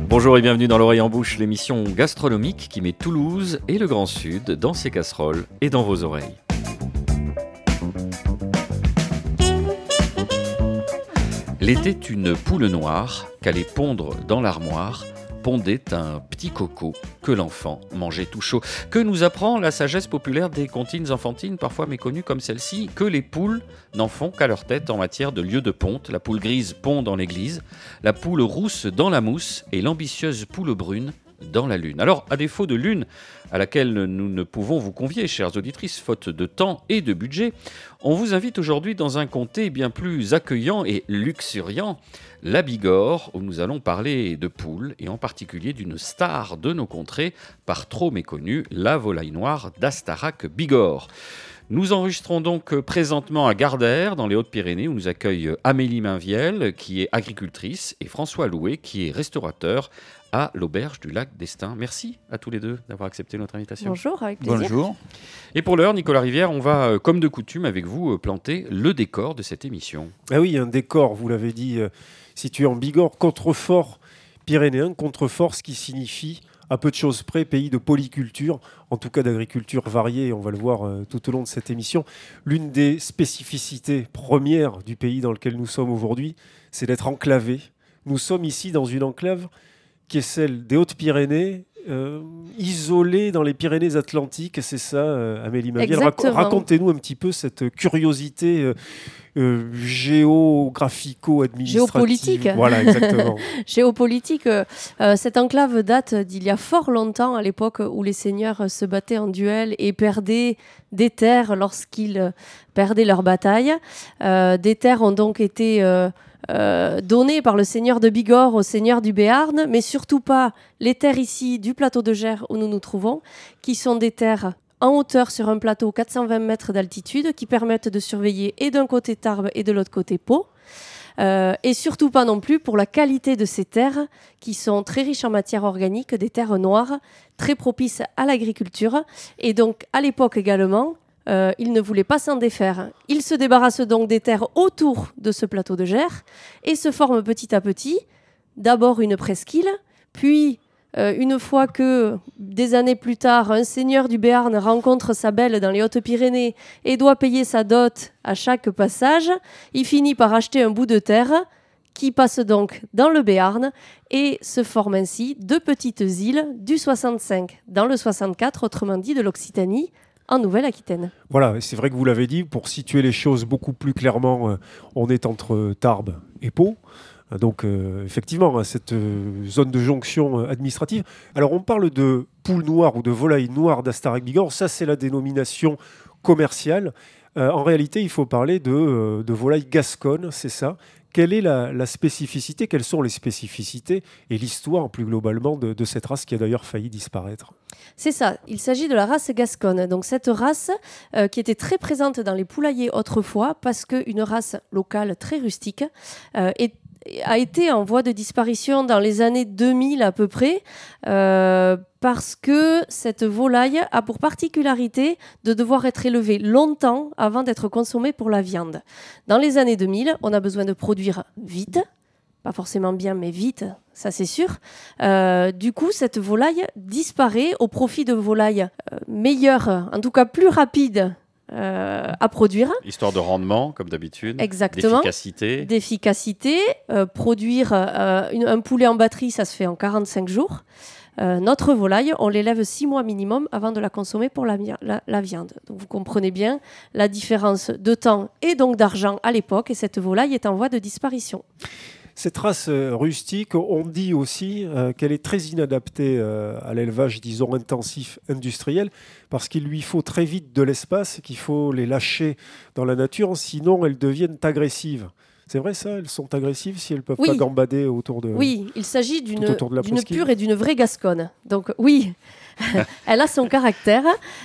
Bonjour et bienvenue dans l'Oreille en Bouche, l'émission gastronomique qui met Toulouse et le Grand Sud dans ses casseroles et dans vos oreilles. L'était une poule noire qu'allait pondre dans l'armoire, pondait un petit coco que l'enfant mangeait tout chaud. Que nous apprend la sagesse populaire des comptines enfantines, parfois méconnues comme celle-ci, que les poules n'en font qu'à leur tête en matière de lieu de ponte. La poule grise pond dans l'église, la poule rousse dans la mousse et l'ambitieuse poule brune dans la lune. Alors, à défaut de lune, à laquelle nous ne pouvons vous convier, chères auditrices, faute de temps et de budget, on vous invite aujourd'hui dans un comté bien plus accueillant et luxuriant, la Bigorre, où nous allons parler de poules, et en particulier d'une star de nos contrées, par trop méconnue, la volaille noire d'Astarac Bigorre. Nous enregistrons donc présentement à Gardères, dans les Hautes-Pyrénées, où nous accueille Amélie Mainviel, qui est agricultrice, et François Louet, qui est restaurateur à l'Auberge du Lac d'Estaing. Merci à tous les deux d'avoir accepté notre invitation. Bonjour, avec plaisir. Bonjour. Et pour l'heure, Nicolas Rivière, on va, comme de coutume avec vous, planter le décor de cette émission. Ah oui, un décor, vous l'avez dit, situé en Bigorre, contrefort pyrénéen, contrefort, ce qui signifie, à peu de choses près, pays de polyculture, en tout cas d'agriculture variée, on va le voir tout au long de cette émission. L'une des spécificités premières du pays dans lequel nous sommes aujourd'hui, c'est d'être enclavé. Nous sommes ici dans une enclave qui est celle des Hautes-Pyrénées, isolée dans les Pyrénées-Atlantiques. C'est ça, Amélie Mainviel. Racontez-nous un petit peu cette curiosité géographico-administrative. Géopolitique. Voilà, exactement. Géopolitique. Cette enclave date d'il y a fort longtemps, à l'époque où les seigneurs se battaient en duel et perdaient des terres lorsqu'ils perdaient leur bataille. Des terres ont donc été données par le seigneur de Bigorre au seigneur du Béarn, mais surtout pas les terres ici du plateau de Gers où nous nous trouvons, qui sont des terres en hauteur sur un plateau 420 mètres d'altitude qui permettent de surveiller et d'un côté Tarbes et de l'autre côté Pau. Et surtout pas non plus pour la qualité de ces terres qui sont très riches en matière organique, des terres noires, très propices à l'agriculture. Et donc à l'époque également, ils ne voulaient pas s'en défaire. Ils se débarrassent donc des terres autour de ce plateau de Gers et se forment petit à petit d'abord une presqu'île, puis une fois que, des années plus tard, un seigneur du Béarn rencontre sa belle dans les Hautes-Pyrénées et doit payer sa dot à chaque passage, il finit par acheter un bout de terre qui passe donc dans le Béarn et se forment ainsi deux petites îles du 65 dans le 64, autrement dit de l'Occitanie, en Nouvelle-Aquitaine. Voilà, c'est vrai que vous l'avez dit, pour situer les choses beaucoup plus clairement, on est entre Tarbes et Pau. Donc effectivement, cette zone de jonction administrative. Alors on parle de poule noire ou de volaille noire d'Astarac Bigorre, ça c'est la dénomination commerciale. En réalité, il faut parler de volaille gasconne, c'est ça. Quelle est la spécificité, quelles sont les spécificités et l'histoire plus globalement de cette race qui a d'ailleurs failli disparaître? C'est ça, il s'agit de la race gasconne. Donc cette race qui était très présente dans les poulaillers autrefois parce qu'une race locale très rustique a été en voie de disparition dans les années 2000 à peu près, parce que cette volaille a pour particularité de devoir être élevée longtemps avant d'être consommée pour la viande. Dans les années 2000, on a besoin de produire vite, pas forcément bien, mais vite, ça c'est sûr. Du coup, cette volaille disparaît au profit de volailles meilleures, en tout cas plus rapides, à produire. Histoire de rendement, comme d'habitude. Exactement. D'efficacité. Produire un poulet en batterie, ça se fait en 45 jours. Notre volaille, on l'élève 6 mois minimum avant de la consommer pour la viande. Donc vous comprenez bien la différence de temps et donc d'argent à l'époque, et cette volaille est en voie de disparition. Cette race rustique, on dit aussi qu'elle est très inadaptée à l'élevage, disons, intensif, industriel, parce qu'il lui faut très vite de l'espace, qu'il faut les lâcher dans la nature, sinon elles deviennent agressives. C'est vrai ça? Elles sont agressives si elles ne peuvent pas gambader autour de... Oui, il s'agit d'une pure et d'une vraie gasconne. Donc oui, elle a son caractère.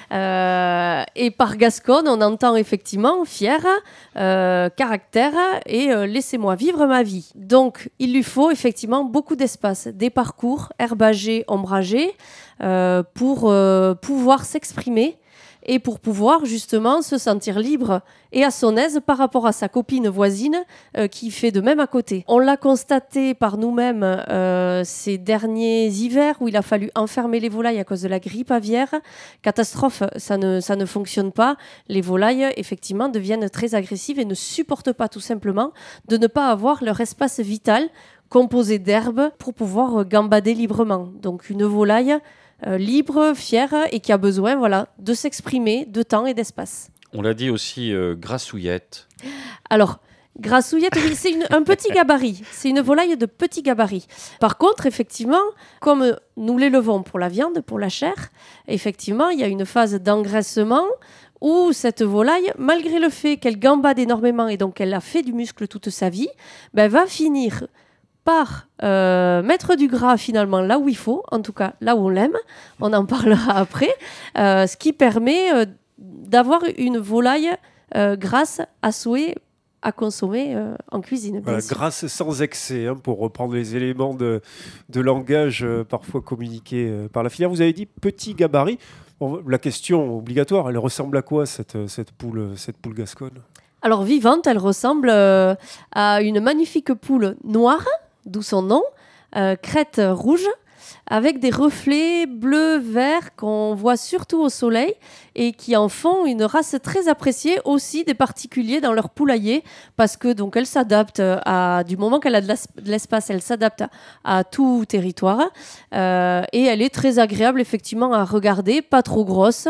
Et par gasconne, on entend effectivement fière, caractère et laissez-moi vivre ma vie. Donc il lui faut effectivement beaucoup d'espace, des parcours herbagés, ombragés, pour pouvoir s'exprimer et pour pouvoir justement se sentir libre et à son aise par rapport à sa copine voisine qui fait de même à côté. On l'a constaté par nous-mêmes ces derniers hivers où il a fallu enfermer les volailles à cause de la grippe aviaire. Catastrophe, ça ne fonctionne pas. Les volailles, effectivement, deviennent très agressives et ne supportent pas tout simplement de ne pas avoir leur espace vital composé d'herbes pour pouvoir gambader librement. Donc une volaille libre, fière et qui a besoin de s'exprimer de temps et d'espace. On l'a dit aussi, grassouillette. Alors, grassouillette, oui, c'est un petit gabarit. C'est une volaille de petit gabarit. Par contre, effectivement, comme nous l'élevons pour la viande, pour la chair, effectivement, il y a une phase d'engraissement où cette volaille, malgré le fait qu'elle gambade énormément et donc qu'elle a fait du muscle toute sa vie, va finir par mettre du gras finalement là où il faut, en tout cas là où on l'aime, on en parlera après, ce qui permet d'avoir une volaille grasse à souhait à consommer en cuisine. Voilà, grasse sans excès, pour reprendre les éléments de langage parfois communiqués par la filière. Vous avez dit petit gabarit. Bon, la question obligatoire, elle ressemble à quoi cette poule gasconne ? Alors vivante, elle ressemble à une magnifique poule noire, d'où son nom, crête rouge, avec des reflets bleu-vert qu'on voit surtout au soleil et qui en font une race très appréciée aussi des particuliers dans leur poulailler parce que donc elle s'adapte du moment qu'elle a de l'espace, elle s'adapte à tout territoire et elle est très agréable effectivement à regarder, pas trop grosse.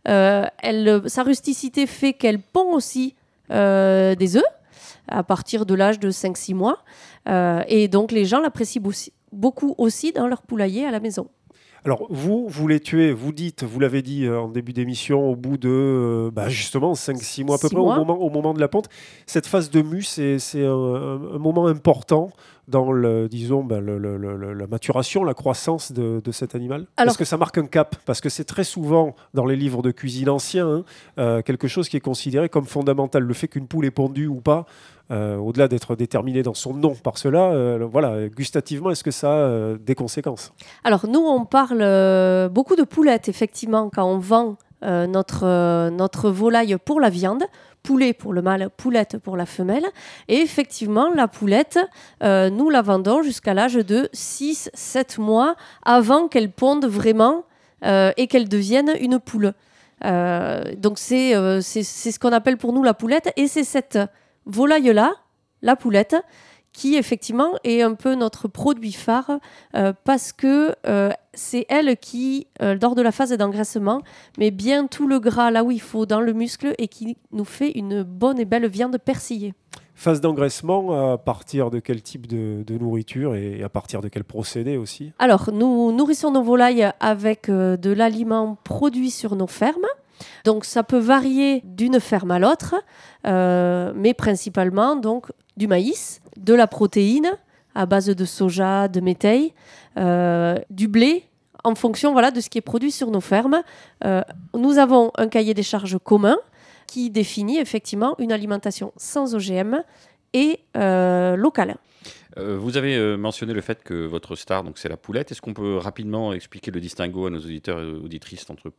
Sa rusticité fait qu'elle pond aussi des œufs à partir de l'âge de 5-6 mois et donc les gens l'apprécient beaucoup aussi dans leur poulailler à la maison. Alors vous les tuez, vous l'avez dit en début d'émission, au bout de justement 5-6 mois à peu près, au moment de la ponte. Cette phase de mue, c'est un moment important dans la maturation, la croissance de cet animal. Est-ce que ça marque un cap ? Parce que c'est très souvent dans les livres de cuisine anciens quelque chose qui est considéré comme fondamental. Le fait qu'une poule est pondue ou pas, au-delà d'être déterminé dans son nom par cela, gustativement, est-ce que ça a des conséquences ? Alors, nous, on parle beaucoup de poulettes, effectivement, quand on vend notre volaille pour la viande. Poulet pour le mâle, poulette pour la femelle. Et effectivement, la poulette, nous la vendons jusqu'à l'âge de 6-7 mois avant qu'elle ponde vraiment et qu'elle devienne une poule. Donc, c'est ce qu'on appelle pour nous la poulette. Et c'est cette volaille-là, la poulette, qui effectivement est un peu notre produit phare parce que c'est elle qui, lors de la phase d'engraissement, met bien tout le gras là où il faut dans le muscle et qui nous fait une bonne et belle viande persillée. Phase d'engraissement à partir de quel type de nourriture et à partir de quel procédé aussi ? Alors, nous nourrissons nos volailles avec de l'aliment produit sur nos fermes. Donc, ça peut varier d'une ferme à l'autre, mais principalement donc, du maïs, de la protéine à base de soja, de métail, du blé, en fonction de ce qui est produit sur nos fermes. Nous avons un cahier des charges commun qui définit effectivement une alimentation sans OGM et locale. Vous avez mentionné le fait que votre star, donc c'est la poulette. Est-ce qu'on peut rapidement expliquer le distinguo à nos auditeurs et auditrices entre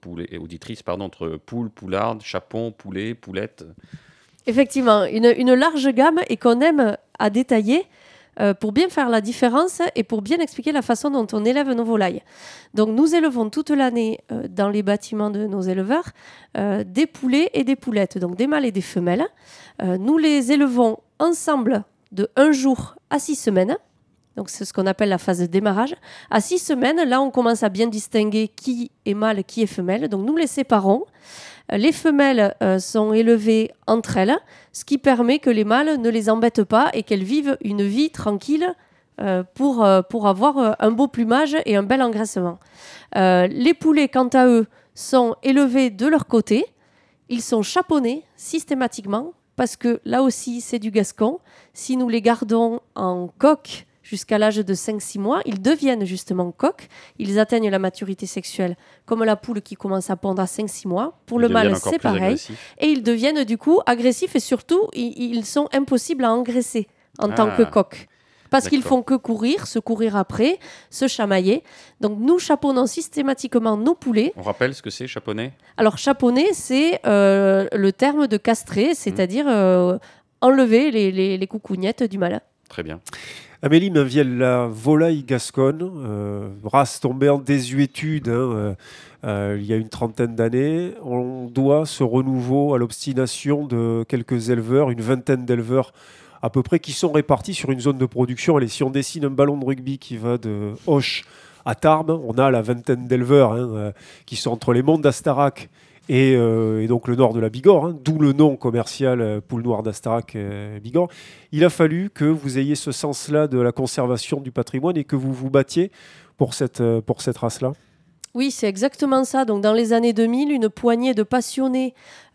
poule, poularde, chapon, poulet, poulette ? Effectivement, une large gamme et qu'on aime à détailler pour bien faire la différence et pour bien expliquer la façon dont on élève nos volailles. Donc nous élevons toute l'année dans les bâtiments de nos éleveurs des poulets et des poulettes, donc des mâles et des femelles. Nous les élevons ensemble de 1 jour à 6 semaines. Donc c'est ce qu'on appelle la phase de démarrage. À 6 semaines, là on commence à bien distinguer qui est mâle, qui est femelle. Donc nous les séparons. Les femelles sont élevées entre elles, ce qui permet que les mâles ne les embêtent pas et qu'elles vivent une vie tranquille pour avoir un beau plumage et un bel engraissement. Les poulets, quant à eux, sont élevés de leur côté. Ils sont chaponnés systématiquement parce que là aussi, c'est du gascon. Si nous les gardons en coque jusqu'à l'âge de 5-6 mois, ils deviennent justement coqs. Ils atteignent la maturité sexuelle comme la poule qui commence à pondre à 5-6 mois. Pour le mâle, c'est pareil. Et ils deviennent du coup agressifs et surtout, ils sont impossibles à engraisser en tant que coqs. Parce qu'ils D'accord. font que courir, se courir après, se chamailler. Donc nous chaponnons systématiquement nos poulets. On rappelle ce que c'est, chaponner? Alors chaponner, c'est le terme de castrer, c'est-à-dire enlever les coucougnettes du mâle. Très bien. Amélie Mainviel, la volaille gasconne, race tombée en désuétude il y a une trentaine d'années, on doit ce renouveau à l'obstination de quelques éleveurs, une vingtaine d'éleveurs à peu près, qui sont répartis sur une zone de production. Allez, si on dessine un ballon de rugby qui va de Auch à Tarbes, on a la vingtaine d'éleveurs qui sont entre les monts d'Astarac et donc le nord de la Bigorre, d'où le nom commercial Poule Noire d'Astarac Bigorre. Il a fallu que vous ayez ce sens-là de la conservation du patrimoine et que vous vous battiez pour cette race-là. Oui, c'est exactement ça. Donc, dans les années 2000, une poignée de passionnés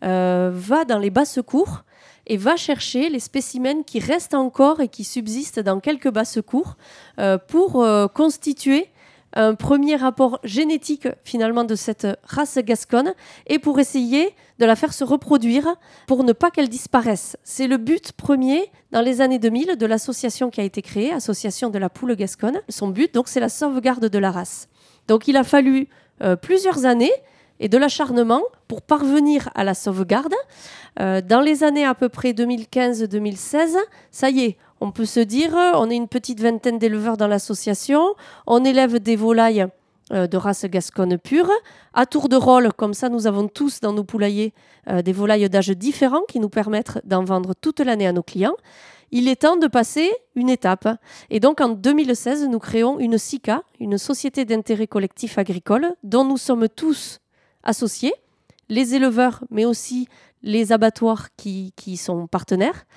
va dans les basses-cours et va chercher les spécimens qui restent encore et qui subsistent dans quelques basses-cours pour constituer un premier rapport génétique finalement de cette race gasconne et pour essayer de la faire se reproduire pour ne pas qu'elle disparaisse. C'est le but premier dans les années 2000 de l'association qui a été créée, Association de la poule gasconne. Son but, donc, c'est la sauvegarde de la race. Donc il a fallu plusieurs années et de l'acharnement pour parvenir à la sauvegarde. Dans les années à peu près 2015-2016, ça y est, on peut se dire, on est une petite vingtaine d'éleveurs dans l'association, on élève des volailles de race gasconne pure. À tour de rôle, comme ça, nous avons tous dans nos poulaillers des volailles d'âge différents qui nous permettent d'en vendre toute l'année à nos clients. Il est temps de passer une étape. Et donc, en 2016, nous créons une SICA, une société d'intérêt collectif agricole, dont nous sommes tous associés, les éleveurs, mais aussi les abattoirs qui sont partenaires.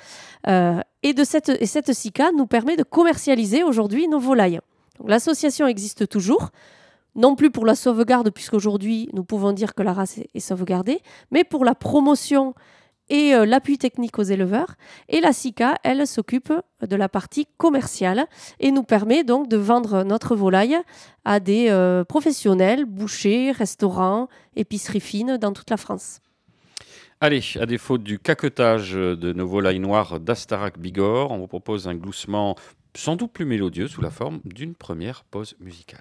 Et cette SICA nous permet de commercialiser aujourd'hui nos volailles. Donc, l'association existe toujours, non plus pour la sauvegarde, puisqu'aujourd'hui, nous pouvons dire que la race est sauvegardée, mais pour la promotion et l'appui technique aux éleveurs. Et la SICA, elle, s'occupe de la partie commerciale et nous permet donc de vendre notre volaille à des professionnels, bouchers, restaurants, épiceries fines dans toute la France. Allez, à défaut du caquetage de nos volailles noires d'Astarac Bigorre, on vous propose un gloussement sans doute plus mélodieux sous la forme d'une première pause musicale.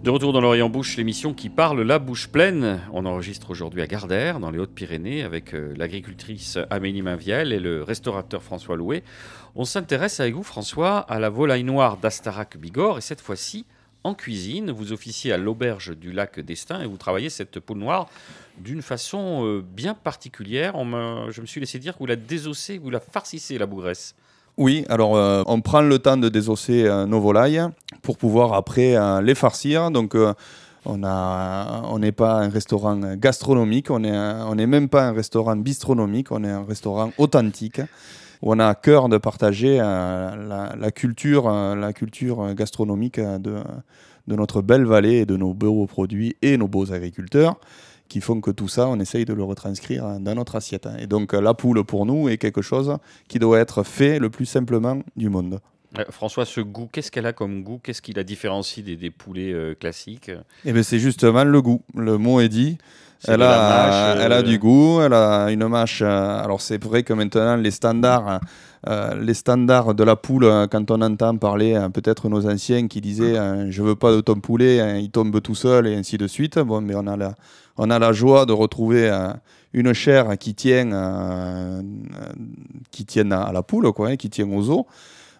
De retour dans l'Orient Bouche, l'émission qui parle la bouche pleine. On enregistre aujourd'hui à Gardères, dans les Hautes-Pyrénées, avec l'agricultrice Amélie Mainviel et le restaurateur François Louet. On s'intéresse avec vous, François, à la volaille noire d'Astarac Bigorre, et cette fois-ci en cuisine. Vous officiez à l'auberge du lac d'Estaing et vous travaillez cette poule noire d'une façon bien particulière. Je me suis laissé dire que vous la désossez, que vous la farcissez, la bougresse. Oui, alors on prend le temps de désosser nos volailles pour pouvoir après les farcir. Donc on n'est pas un restaurant gastronomique, on n'est même pas un restaurant bistronomique, on est un restaurant authentique où on a à cœur de partager la culture gastronomique de notre belle vallée et de nos beaux produits et nos beaux agriculteurs, qui font que tout ça, on essaye de le retranscrire dans notre assiette. Et donc la poule, pour nous, est quelque chose qui doit être fait le plus simplement du monde. François, ce goût, qu'est-ce qu'elle a comme goût? Qu'est-ce qui la différencie des poulets classiques? Eh bien, c'est justement le goût. Le mot est dit. Elle a du goût, elle a une mâche. Alors c'est vrai que maintenant, les standards de la poule, quand on entend parler peut-être nos anciens qui disaient je veux pas de ton poulet, il tombe tout seul et ainsi de suite. Bon, mais on a la joie de retrouver une chair qui tienne à la poule, quoi, qui tient aux os,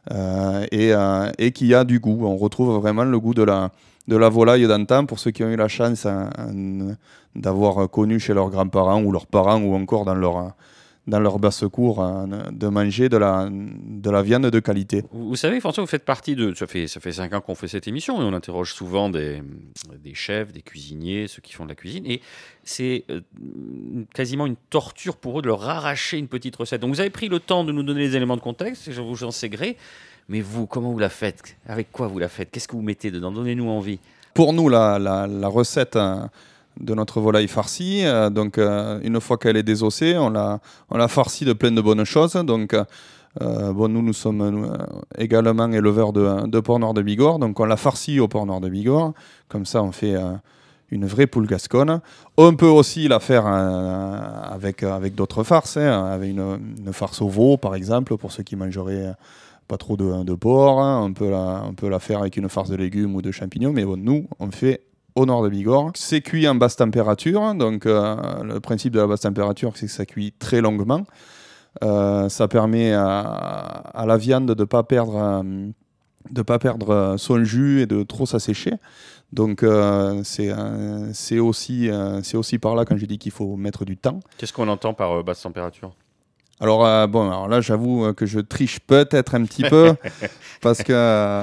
et qui a du goût. On retrouve vraiment le goût de la volaille d'antan, pour ceux qui ont eu la chance d'avoir connu chez leurs grands-parents ou leurs parents ou encore dans leur basse-cour de manger de la viande de qualité. Vous savez, François, vous faites partie de... Ça fait 5 ans qu'on fait cette émission et on interroge souvent des chefs, des cuisiniers, ceux qui font de la cuisine. Et c'est quasiment une torture pour eux de leur arracher une petite recette. Donc vous avez pris le temps de nous donner les éléments de contexte, et j'en sais gré. Mais vous, comment vous la faites? Avec quoi vous la faites? Qu'est-ce que vous mettez dedans? Donnez-nous envie. Pour nous, la recette de notre volaille farcie, donc une fois qu'elle est désossée, on la farcie de plein de bonnes choses. Donc nous sommes également éleveurs de porc noir de Bigorre, donc on la farcie au porc noir de Bigorre. Comme ça, on fait une vraie poule gasconne. On peut aussi la faire avec d'autres farces, avec une farce au veau, par exemple, pour ceux qui mangeraient pas trop de porc. On peut la faire avec une farce de légumes ou de champignons, mais bon, nous, on fait au nord de Bigorre. C'est cuit en basse température, donc le principe de la basse température, c'est que ça cuit très longuement. Ça permet à la viande de ne pas perdre son jus et de trop s'assécher. Donc c'est aussi par là quand je dis qu'il faut mettre du temps. Qu'est-ce qu'on entend par basse température? Alors là, j'avoue que je triche peut-être un petit peu parce que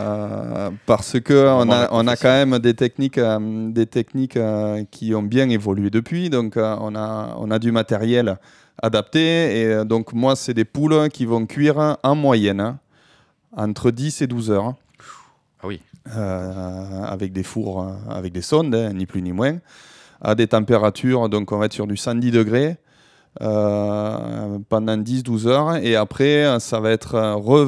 on a quand même des techniques qui ont bien évolué depuis. Donc on a du matériel adapté, et donc moi c'est des poules qui vont cuire en moyenne entre 10 et 12 heures. Ah oui. Avec des fours, avec des sondes, ni plus ni moins, à des températures, donc on va être sur du 110 degrés. Pendant 10-12 heures, et après ça va être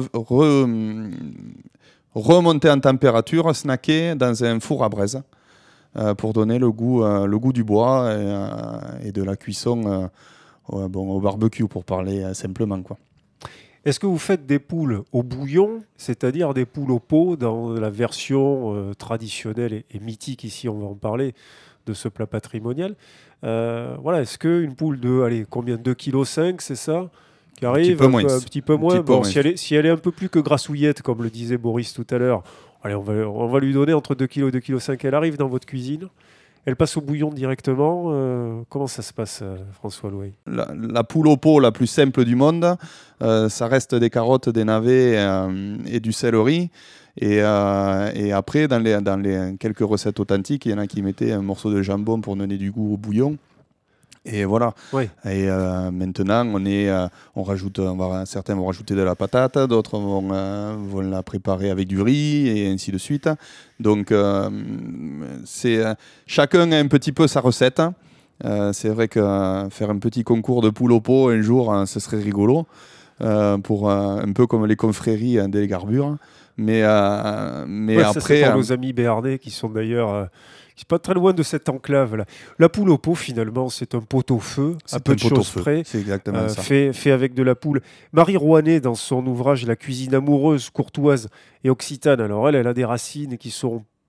remonté en température, snacké dans un four à braise pour donner le goût du bois et de la cuisson au barbecue, pour parler simplement, quoi. Est-ce que vous faites des poules au bouillon, c'est-à-dire des poules au pot dans la version traditionnelle et mythique, ici on va en parler, de ce plat patrimonial? Est-ce qu'une poule de, combien, 2,5 kg, c'est ça, qui arrive un petit peu moins. Bon, si elle est un peu plus que grassouillette, comme le disait Boris tout à l'heure, allez, on va lui donner entre 2 kg et 2,5 kg. Elle arrive dans votre cuisine, elle passe au bouillon directement. Comment ça se passe, François Louet? La poule au pot la plus simple du monde, ça reste des carottes, des navets et du céleri. Et après, dans les quelques recettes authentiques, il y en a qui mettaient un morceau de jambon pour donner du goût au bouillon. Et voilà. Oui. Et maintenant, certains vont rajouter de la patate, d'autres vont la préparer avec du riz, et ainsi de suite. Donc, chacun a un petit peu sa recette. C'est vrai que faire un petit concours de poule au pot un jour, ce serait rigolo, pour un peu comme les confréries des Garbures. Mais après, ça, c'est pour nos amis béarnais qui sont d'ailleurs qui sont pas très loin de cette enclave là. La poule au pot, finalement, c'est un pot-au-feu, à peu de choses près. C'est exactement ça. Fait avec de la poule. Marie Rouanet, dans son ouvrage La cuisine amoureuse, courtoise et occitane, alors elle a des racines qui sont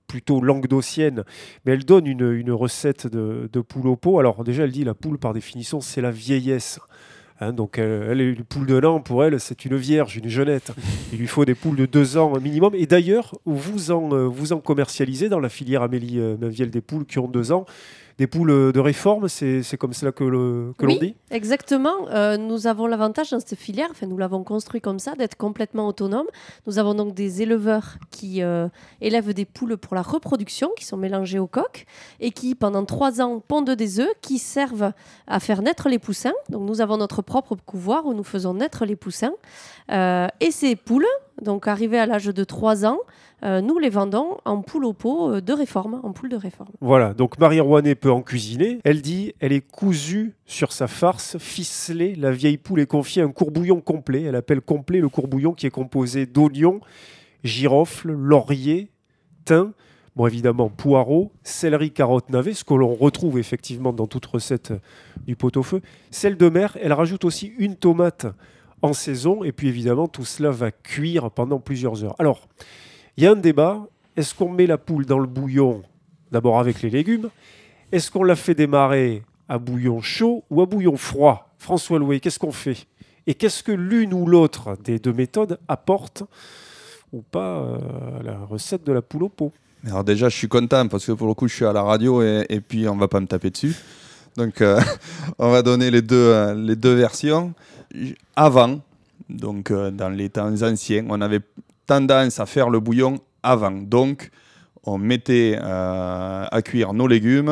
plutôt languedocienne, mais elle donne une recette de poule au pot. Alors déjà, elle dit la poule, par définition, c'est la vieillesse. Hein, donc elle est une poule de l'an, pour elle, c'est une vierge, une jeunette. Il lui faut des poules de 2 ans minimum. Et d'ailleurs, vous en commercialisez dans la filière Amélie Mainvielle des poules qui ont 2 ans. Des poules de réforme, c'est comme cela que l'on Oui, dit. exactement. Nous avons l'avantage dans cette filière, enfin nous l'avons construit comme ça, d'être complètement autonome. Nous avons donc des éleveurs qui élèvent des poules pour la reproduction, qui sont mélangées aux coqs et qui, pendant 3 ans, pondent des œufs qui servent à faire naître les poussins. Donc nous avons notre propre couvoir où nous faisons naître les poussins. Et ces poules, donc arrivées à l'âge de 3 ans, nous les vendons en poule au pot de réforme, en poule de réforme. Voilà, donc Marie Rouanet peut en cuisiner. Elle dit, elle est cousue sur sa farce, ficelée. La vieille poule est confiée à un courbouillon complet. Elle appelle complet le courbouillon qui est composé d'oignons, girofle, laurier, thym, bon évidemment poireaux, céleri, carottes, navets, ce que l'on retrouve effectivement dans toute recette du pot-au-feu. Sel de mer, elle rajoute aussi une tomate en saison et puis évidemment tout cela va cuire pendant plusieurs heures. Alors, il y a un débat, est-ce qu'on met la poule dans le bouillon d'abord avec les légumes? Est-ce qu'on la fait démarrer à bouillon chaud ou à bouillon froid? François Loué, qu'est-ce qu'on fait? Et qu'est-ce que l'une ou l'autre des deux méthodes apporte ou pas à la recette de la poule au pot? Alors déjà, je suis content parce que pour le coup, je suis à la radio et puis on va pas me taper dessus. Donc, on va donner les deux versions. Avant, donc dans les temps anciens, on avait tendance à faire le bouillon avant. Donc, on mettait à cuire nos légumes,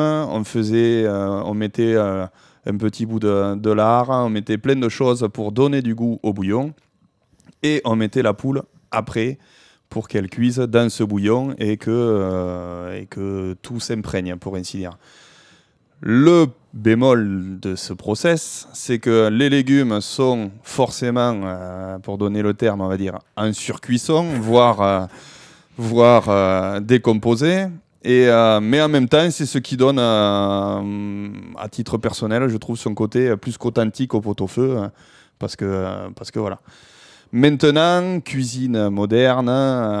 on mettait un petit bout de lard, on mettait plein de choses pour donner du goût au bouillon et on mettait la poule après pour qu'elle cuise dans ce bouillon et que tout s'imprègne, pour ainsi dire. Le bémol de ce process, c'est que les légumes sont forcément, pour donner le terme, on va dire, en surcuisson, voire décomposés. Mais en même temps, c'est ce qui donne, à titre personnel, je trouve son côté plus qu'authentique au pot-au-feu, parce que voilà. Maintenant, cuisine moderne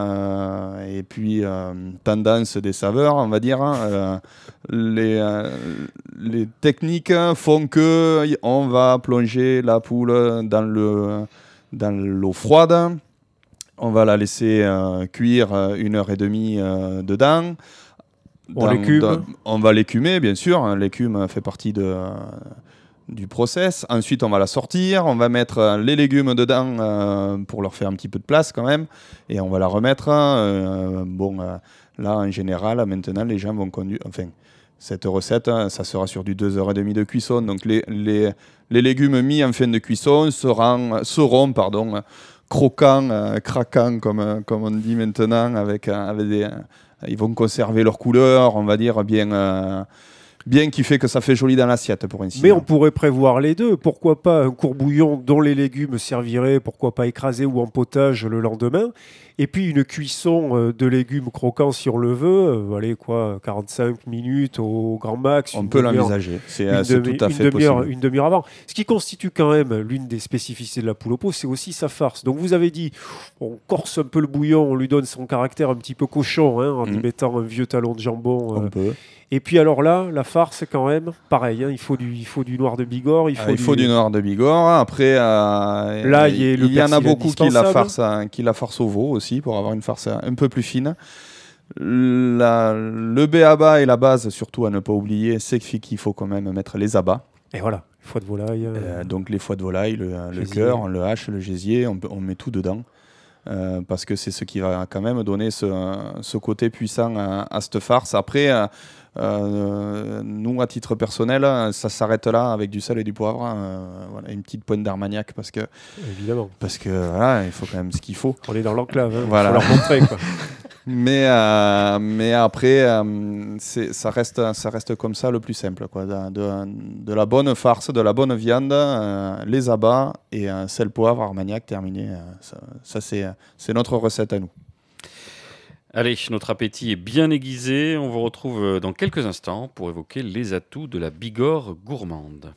et puis tendance des saveurs, on va dire. Les techniques font que on va plonger la poule dans l'eau froide. On va la laisser cuire 1h30 dedans. On l'écume. On va l'écumer, bien sûr. L'écume fait partie du process. Ensuite, on va la sortir, on va mettre les légumes dedans pour leur faire un petit peu de place quand même, et on va la remettre. Là, en général, maintenant, les gens vont conduire. Enfin, cette recette, ça sera sur du 2h30 de cuisson. Donc, les légumes mis en fin de cuisson seront croquants, craquants, comme on dit maintenant, avec ils vont conserver leur couleur, on va dire, bien qui fait que ça fait joli dans l'assiette, pour ainsi dire. Mais on pourrait prévoir les deux. Pourquoi pas un courbouillon dont les légumes serviraient, pourquoi pas écrasés ou en potage le lendemain, et puis une cuisson de légumes croquants si on le veut, 45 minutes au grand max. On peut l'envisager, c'est tout à fait possible. Une demi-heure avant. Ce qui constitue quand même l'une des spécificités de la poule au pot, c'est aussi sa farce. Donc vous avez dit, on corse un peu le bouillon, on lui donne son caractère un petit peu cochon, en y mettant un vieux talon de jambon. On peut. Et puis alors là, la farce, quand même, pareil, il faut du noir de Bigorre. Il faut du noir de Bigorre. Après, là, il y en a beaucoup qui la farce au veau aussi, pour avoir une farce un peu plus fine. Le b.a.-ba et la base, surtout à ne pas oublier, c'est qu'il faut quand même mettre les abats. Et voilà, foie de volaille. Donc les foies de volaille, le cœur, on le hache, le gésier, on met tout dedans. Parce que c'est ce qui va quand même donner ce côté puissant à cette farce. Après, nous, à titre personnel, ça s'arrête là avec du sel et du poivre. Une petite pointe d'armagnac Évidemment. Parce que voilà, il faut quand même ce qu'il faut. On est dans l'enclave, Voilà. Faut leur montrer, quoi. Mais après, ça reste comme ça le plus simple, quoi. De la bonne farce, de la bonne viande, les abats et sel, poivre, armagnac, terminé. Ça c'est notre recette à nous. Allez, notre appétit est bien aiguisé. On vous retrouve dans quelques instants pour évoquer les atouts de la Bigorre gourmande.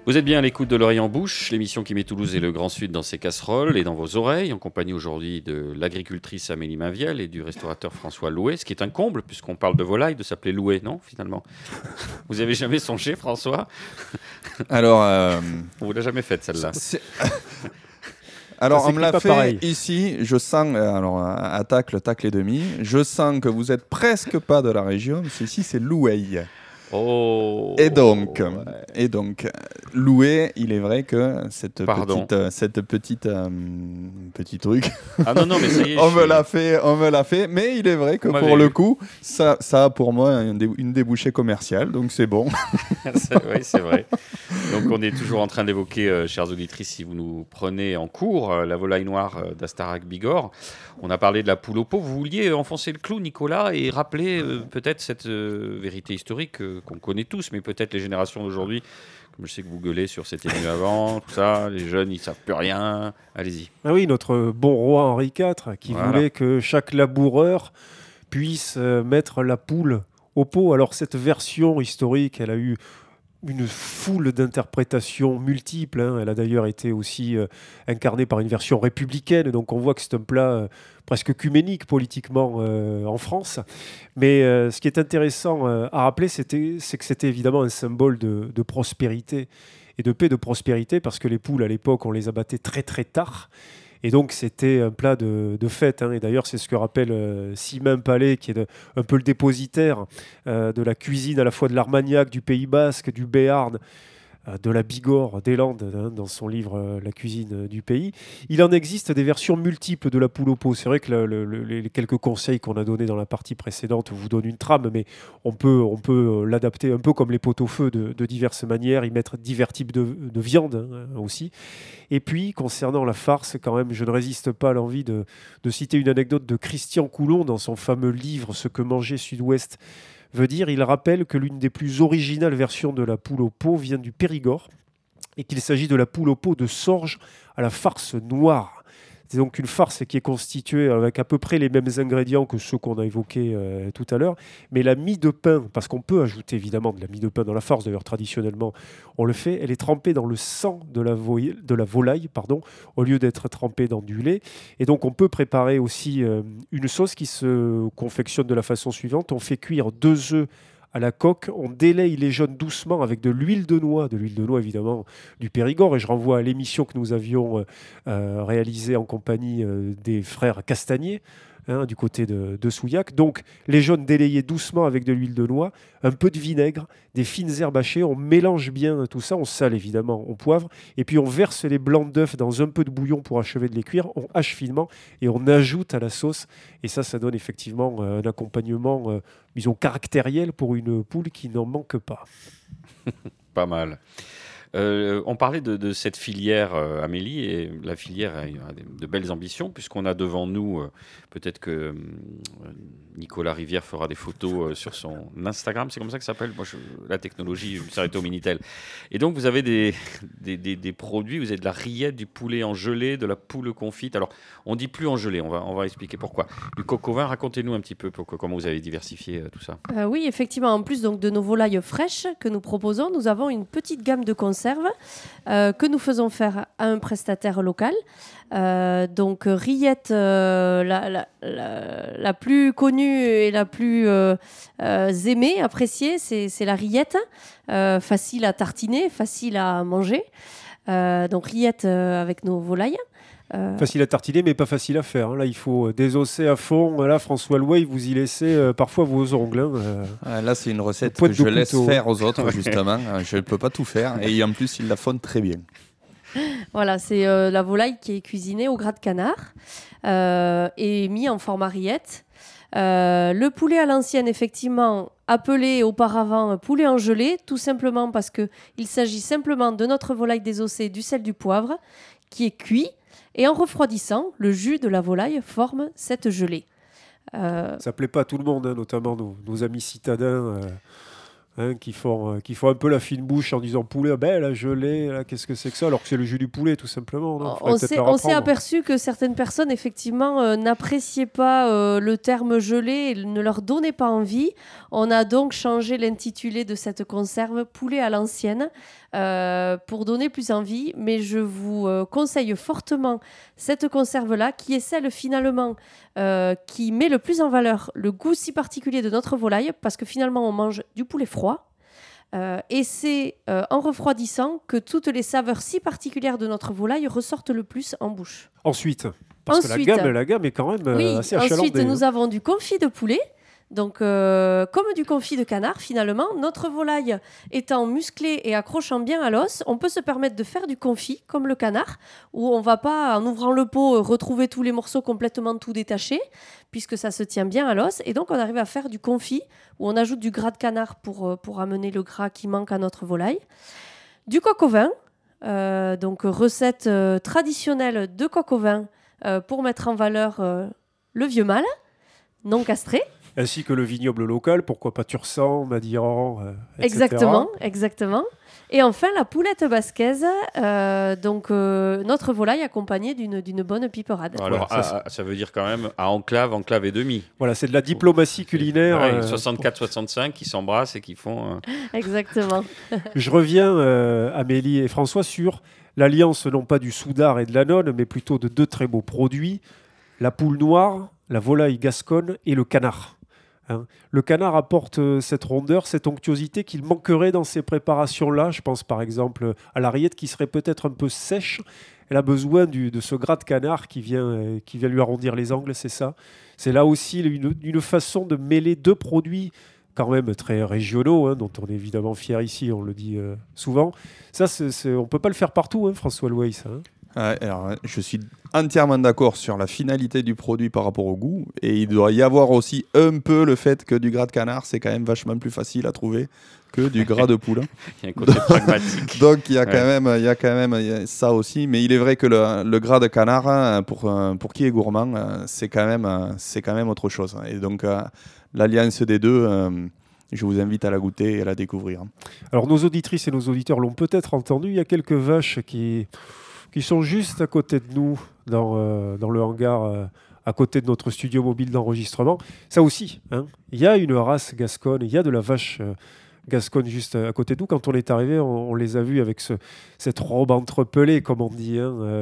Vous êtes bien à l'écoute de l'Oreille en Bouche, l'émission qui met Toulouse et le Grand Sud dans ses casseroles et dans vos oreilles, en compagnie aujourd'hui de l'agricultrice Amélie Mainviel et du restaurateur François Louet, ce qui est un comble puisqu'on parle de volaille, de s'appeler Louet, non, finalement? Vous avez jamais songé, François? Alors, On vous l'a jamais faite, celle-là. Alors, Ça on me l'a s'écrit pas fait pareil. ici. Je sens, à tacle et demi, je sens que vous êtes presque pas de la région. Ici, c'est Loueil. Oh. Et donc, Ouais. Loué, il est vrai que cette Pardon. petit truc, Ah non, non, mais ça y est. on me l'a fait, mais il est vrai que Vous m'avez pour le eu. coup, ça a pour moi une débouchée commerciale, donc c'est bon. Oui, c'est vrai. Donc, on est toujours en train d'évoquer, chères auditrices, si vous nous prenez en cours, la volaille noire d'Astarac Bigorre. On a parlé de la poule au pot. Vous vouliez enfoncer le clou, Nicolas, et rappeler peut-être cette vérité historique qu'on connaît tous, mais peut-être les générations d'aujourd'hui, comme je sais que vous gueulez sur c'était mieux avant, tout ça, les jeunes, ils savent plus rien. Allez-y. Ah oui, notre bon roi Henri IV qui Voilà. voulait que chaque laboureur puisse mettre la poule au pot. Alors cette version historique, elle a eu une foule d'interprétations multiples, hein. Elle a d'ailleurs été aussi incarnée par une version républicaine. Donc on voit que c'est un plat presque œcuménique politiquement en France. Mais ce qui est intéressant à rappeler, c'est que c'était évidemment un symbole de prospérité et de paix, de prospérité, parce que les poules à l'époque, on les abattait très très tard. Et donc, c'était un plat de fête, hein. Et d'ailleurs, c'est ce que rappelle Simain Palais, qui est un peu le dépositaire de la cuisine à la fois de l'Armagnac, du Pays Basque, du Béarn, de la Bigorre, des Landes, hein, dans son livre La cuisine du pays. Il en existe des versions multiples de la poule au pot. C'est vrai que les quelques conseils qu'on a donnés dans la partie précédente vous donnent une trame, mais on peut l'adapter un peu comme les pot-au-feu de diverses manières, y mettre divers types de viande, hein, aussi. Et puis, concernant la farce, quand même, je ne résiste pas à l'envie de citer une anecdote de Christian Coulon dans son fameux livre Ce que mangeait Sud-Ouest veut dire. Il rappelle que l'une des plus originales versions de la poule au pot vient du Périgord et qu'il s'agit de la poule au pot de Sorge à la farce noire. C'est donc une farce qui est constituée avec à peu près les mêmes ingrédients que ceux qu'on a évoqués tout à l'heure, mais la mie de pain, parce qu'on peut ajouter évidemment de la mie de pain dans la farce, d'ailleurs traditionnellement on le fait, elle est trempée dans le sang de la volaille, au lieu d'être trempée dans du lait. Et donc on peut préparer aussi une sauce qui se confectionne de la façon suivante. On fait cuire 2 œufs à la coque, on délaye les jaunes doucement avec de l'huile de noix évidemment du Périgord, et je renvoie à l'émission que nous avions réalisée en compagnie des frères Castagnier, hein, du côté de Souillac. Donc les jaunes délayés doucement avec de l'huile de noix, un peu de vinaigre, des fines herbes hachées, on mélange bien tout ça, on sale évidemment, on poivre, et puis on verse les blancs d'œufs dans un peu de bouillon pour achever de les cuire, on hache finement et on ajoute à la sauce, et ça donne effectivement un accompagnement disons caractériel pour une poule qui n'en manque pas. Pas mal. On parlait de cette filière, Amélie, et la filière a de belles ambitions, puisqu'on a devant nous, peut-être que Nicolas Rivière fera des photos sur son Instagram, c'est comme ça que ça s'appelle. Moi, la technologie, ça aurait été au Minitel. Et donc, vous avez des produits, vous avez de la rillette, du poulet en gelée, de la poule confite. Alors, on dit plus en gelée, on va expliquer pourquoi. Du coq au vin, racontez-nous un petit peu comment vous avez diversifié tout ça. Oui, effectivement, en plus donc, de nos volailles fraîches que nous proposons, nous avons une petite gamme de conserves que nous faisons faire à un prestataire local. Donc rillette, la plus connue et la plus aimée, appréciée, c'est la rillette. Facile à tartiner, facile à manger. Donc rillette avec nos volailles. Facile à tartiner, mais pas facile à faire, hein. Là, il faut désosser à fond. Là, François Louet, vous y laissez parfois vos ongles, hein. Là, c'est une recette pointe que je de laisse couteau. faire aux autres, justement. Je ne peux pas tout faire. Et en plus, ils la font très bien. Voilà, c'est la volaille qui est cuisinée au gras de canard et mis en format rillette. Le poulet à l'ancienne, effectivement, appelé auparavant poulet en gelée, tout simplement parce qu'il s'agit simplement de notre volaille désossée, du sel, du poivre, qui est cuit. Et en refroidissant, le jus de la volaille forme cette gelée. Ça plaît pas à tout le monde, hein, notamment nos amis citadins. qui font un peu la fine bouche en disant poulet, ben la gelée, là, qu'est-ce que c'est que ça, alors que c'est le jus du poulet tout simplement. Non, on s'est aperçu que certaines personnes effectivement n'appréciaient pas le terme gelée et ne leur donnait pas envie. On a donc changé l'intitulé de cette conserve poulet à l'ancienne pour donner plus envie, mais je vous conseille fortement cette conserve-là qui est celle finalement qui met le plus en valeur le goût si particulier de notre volaille, parce que finalement on mange du poulet froid et c'est en refroidissant que toutes les saveurs si particulières de notre volaille ressortent le plus en bouche. Ensuite, que la gamme est quand même assez achalandée. Ensuite, nous avons du confit de poulet. Donc, comme du confit de canard, finalement, notre volaille étant musclée et accrochant bien à l'os, on peut se permettre de faire du confit, comme le canard, où on ne va pas, en ouvrant le pot, retrouver tous les morceaux complètement tout détachés, puisque ça se tient bien à l'os. Et donc, on arrive à faire du confit, où on ajoute du gras de canard pour amener le gras qui manque à notre volaille. Du coq au vin, donc recette traditionnelle de coq au vin pour mettre en valeur le vieux mâle, non castré. Ainsi que le vignoble local, pourquoi pas Tursan, Madiran, etc. Exactement. Et enfin, la poulette basquaise, notre volaille accompagnée d'une bonne piperade. Alors, voilà, ça veut dire quand même à enclave et demi. Voilà, c'est de la diplomatie culinaire. 64-65 qui s'embrassent et qui font... Exactement. Je reviens, Amélie et François, sur l'alliance non pas du Soudard et de la Nonne, mais plutôt de deux très beaux produits, la poule noire, la volaille gasconne et le canard. Le canard apporte cette rondeur, cette onctuosité qu'il manquerait dans ces préparations-là. Je pense par exemple à la rillette qui serait peut-être un peu sèche. Elle a besoin de ce gras de canard qui vient lui arrondir les angles, c'est ça. C'est là aussi une façon de mêler deux produits quand même très régionaux, dont on est évidemment fier ici, on le dit souvent. Ça, on ne peut pas le faire partout, François Louis. Alors, je suis entièrement d'accord sur la finalité du produit par rapport au goût, et il doit y avoir aussi un peu le fait que du gras de canard, c'est quand même vachement plus facile à trouver que du gras de poule. Il y a un côté pragmatique. Donc il y a quand même ça aussi, mais il est vrai que le gras de canard, pour qui est gourmand, c'est quand même autre chose. Et donc l'alliance des deux, je vous invite à la goûter et à la découvrir. Alors nos auditrices et nos auditeurs l'ont peut-être entendu, il y a quelques vaches qui sont juste à côté de nous, dans le hangar, à côté de notre studio mobile d'enregistrement. Ça aussi, il y a une race gasconne, il y a de la vache gasconne juste à côté de nous. Quand on est arrivé, on les a vus avec cette robe entrepelée, comme on dit,